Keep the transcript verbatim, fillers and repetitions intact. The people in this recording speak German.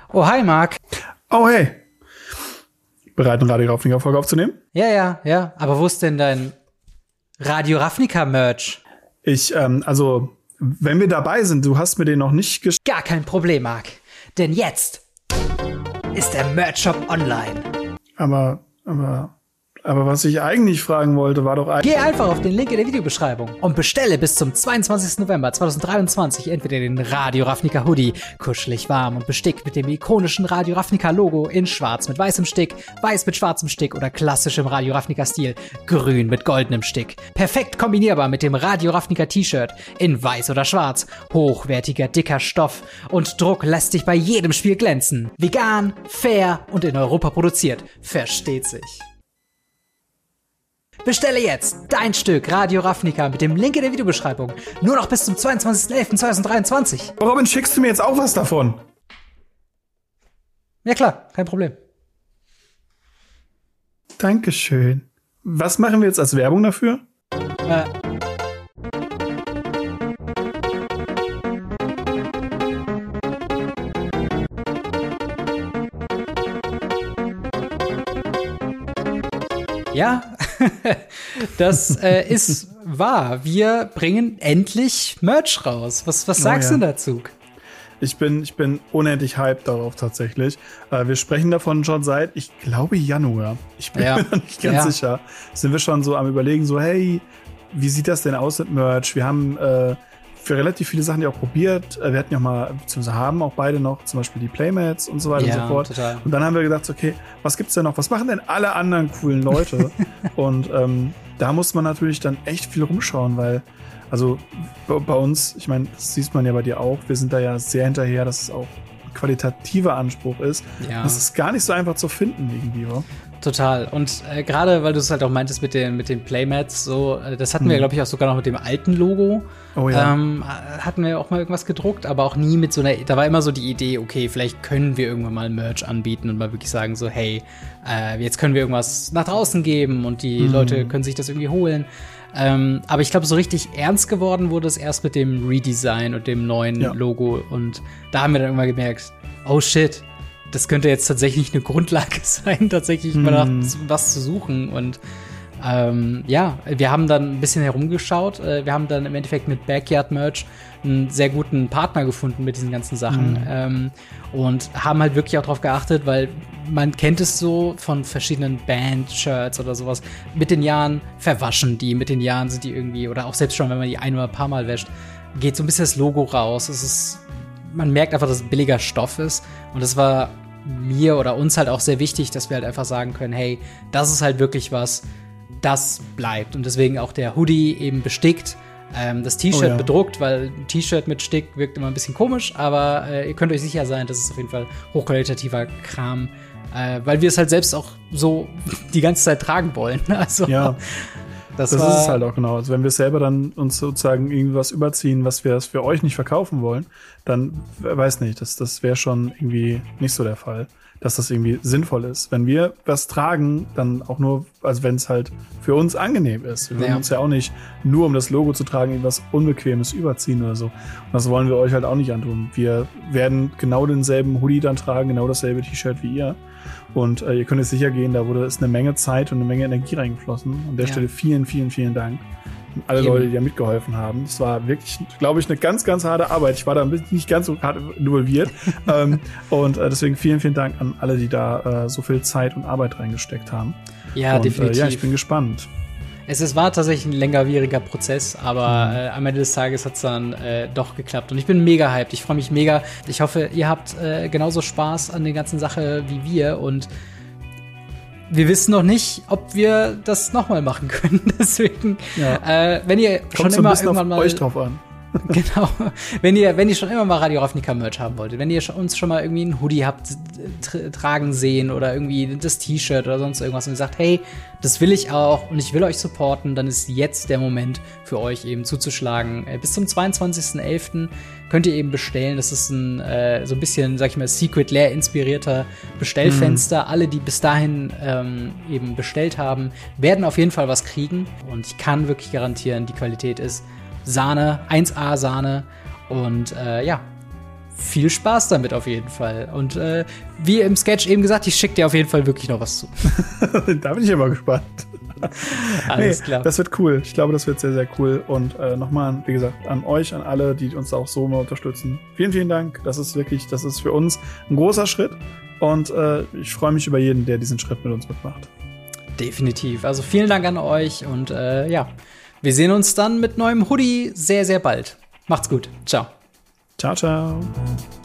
Oh, hi, Marc. Oh, hey. Bereit, eine Radio Ravnica-Folge aufzunehmen? Ja, ja, ja. Aber wo ist denn dein Radio Ravnica-Merch? Ich, ähm, also, wenn wir dabei sind, du hast mir den noch nicht gesch... Gar kein Problem, Marc. Denn jetzt ist der Merch-Shop online. Aber, aber... Aber was ich eigentlich fragen wollte, war doch eigentlich... Geh einfach auf den Link in der Videobeschreibung und bestelle bis zum zweiundzwanzigsten November zweitausenddreiundzwanzig entweder den Radio Ravnica Hoodie, kuschelig warm und bestickt mit dem ikonischen Radio Ravnica Logo in schwarz mit weißem Stick, weiß mit schwarzem Stick oder klassischem Radio Ravnica Stil, grün mit goldenem Stick. Perfekt kombinierbar mit dem Radio Ravnica T-Shirt in weiß oder schwarz, hochwertiger, dicker Stoff und Druck lässt dich bei jedem Spiel glänzen. Vegan, fair und in Europa produziert. Versteht sich. Bestelle jetzt dein Stück Radio Ravnica mit dem Link in der Videobeschreibung. Nur noch bis zum zweiundzwanzigsten elften zweitausenddreiundzwanzig. Robin, schickst du mir jetzt auch was davon? Ja klar, kein Problem. Dankeschön. Was machen wir jetzt als Werbung dafür? Äh. Ja, das äh, ist wahr. Wir bringen endlich Merch raus. Was, was sagst oh, ja. du dazu? Ich bin, ich bin unendlich hyped darauf tatsächlich. Äh, wir sprechen davon schon seit, ich glaube, Januar. Ich bin ja. mir noch nicht ganz ja. sicher. Sind wir schon so am Überlegen, so hey, wie sieht das denn aus mit Merch? Wir haben äh, für relativ viele Sachen ja auch probiert. Wir hatten ja mal, beziehungsweise haben auch beide noch, zum Beispiel die Playmats und so weiter ja, und so fort. Total. Und dann haben wir gedacht, okay, was gibt's denn noch? Was machen denn alle anderen coolen Leute? Und ähm, da muss man natürlich dann echt viel rumschauen, weil, also bei, bei uns, ich meine, das sieht man ja bei dir auch, wir sind da ja sehr hinterher, dass es auch ein qualitativer Anspruch ist. Ja. Das ist gar nicht so einfach zu finden irgendwie, oder? Total. Und äh, gerade, weil du es halt auch meintest mit den, mit den Playmats, so, äh, das hatten hm. wir, glaube ich, auch sogar noch mit dem alten Logo. Oh ja. Ähm, hatten wir auch mal irgendwas gedruckt, aber auch nie mit so einer, da war immer so die Idee, okay, vielleicht können wir irgendwann mal Merch anbieten und mal wirklich sagen so, hey, äh, jetzt können wir irgendwas nach draußen geben und die hm. Leute können sich das irgendwie holen. Ähm, aber ich glaube, so richtig ernst geworden wurde es erst mit dem Redesign und dem neuen ja. Logo. Und da haben wir dann irgendwann gemerkt, oh shit, das könnte jetzt tatsächlich eine Grundlage sein, tatsächlich mm. mal nach was zu suchen. Und ähm, ja, wir haben dann ein bisschen herumgeschaut. Wir haben dann im Endeffekt mit Backyard Merch einen sehr guten Partner gefunden mit diesen ganzen Sachen. Mm. Ähm, und haben halt wirklich auch drauf geachtet, weil man kennt es so von verschiedenen Band-Shirts oder sowas. Mit den Jahren verwaschen die, mit den Jahren sind die irgendwie, oder auch selbst schon, wenn man die ein oder ein paar Mal wäscht, geht so ein bisschen das Logo raus. Es ist, man merkt einfach, dass es billiger Stoff ist. Und das war mir oder uns halt auch sehr wichtig, dass wir halt einfach sagen können, hey, das ist halt wirklich was, das bleibt. Und deswegen auch der Hoodie eben bestickt, ähm, das T-Shirt oh ja. bedruckt, weil ein T-Shirt mit Stick wirkt immer ein bisschen komisch, aber äh, ihr könnt euch sicher sein, das ist auf jeden Fall hochqualitativer Kram, äh, weil wir es halt selbst auch so die ganze Zeit tragen wollen. Also, ja. Das, das ist es halt auch genau. Also wenn wir selber dann uns sozusagen irgendwas überziehen, was wir für euch nicht verkaufen wollen, dann weiß nicht, das, das wäre schon irgendwie nicht so der Fall, dass das irgendwie sinnvoll ist. Wenn wir was tragen, dann auch nur, also wenn es halt für uns angenehm ist. Wir würden ja. uns ja auch nicht nur um das Logo zu tragen, irgendwas Unbequemes überziehen oder so. Und das wollen wir euch halt auch nicht antun. Wir werden genau denselben Hoodie dann tragen, genau dasselbe T-Shirt wie ihr. Und äh, ihr könnt es sicher gehen, da wurde ist eine Menge Zeit und eine Menge Energie reingeflossen. An der ja. Stelle vielen, vielen, vielen Dank. Und alle Eben. Leute, die da mitgeholfen haben. Es war wirklich, glaube ich, eine ganz, ganz harte Arbeit. Ich war da ein bisschen nicht ganz so hart involviert. ähm, und äh, deswegen vielen, vielen Dank an alle, die da äh, so viel Zeit und Arbeit reingesteckt haben. Ja, und, definitiv. Äh, ja, ich bin gespannt. Es ist, war tatsächlich ein längerwieriger Prozess, aber mhm. äh, am Ende des Tages hat es dann äh, doch geklappt. Und ich bin mega hyped. Ich freue mich mega. Ich hoffe, ihr habt äh, genauso Spaß an der ganzen Sache wie wir. Und wir wissen noch nicht, ob wir das nochmal machen können. Deswegen, ja. äh, wenn ihr Kommt schon so immer ein bisschen irgendwann auf mal euch drauf an. Genau. Wenn ihr, wenn ihr schon immer mal Radio Ravnica Merch haben wolltet, wenn ihr uns schon mal irgendwie einen Hoodie habt tra- tragen sehen oder irgendwie das T-Shirt oder sonst irgendwas und ihr sagt, hey, das will ich auch und ich will euch supporten, dann ist jetzt der Moment für euch eben zuzuschlagen. Äh, bis zum zweiundzwanzigsten elften könnt ihr eben bestellen. Das ist ein äh, so ein bisschen, sag ich mal, Secret Lair inspirierter Bestellfenster. Mhm. Alle, die bis dahin ähm, eben bestellt haben, werden auf jeden Fall was kriegen und ich kann wirklich garantieren, die Qualität ist Sahne, eins A Sahne und äh, ja, viel Spaß damit auf jeden Fall. Und äh, wie im Sketch eben gesagt, ich schicke dir auf jeden Fall wirklich noch was zu. Da bin ich immer gespannt. Alles nee, klar. Das wird cool. Ich glaube, das wird sehr, sehr cool. Und äh, nochmal, wie gesagt, an euch, an alle, die uns auch so mal unterstützen. Vielen, vielen Dank. Das ist wirklich, das ist für uns ein großer Schritt. Und äh, ich freue mich über jeden, der diesen Schritt mit uns mitmacht. Definitiv. Also vielen Dank an euch. Und äh, ja, wir sehen uns dann mit neuem Hoodie sehr, sehr bald. Macht's gut. Ciao. Ciao, ciao.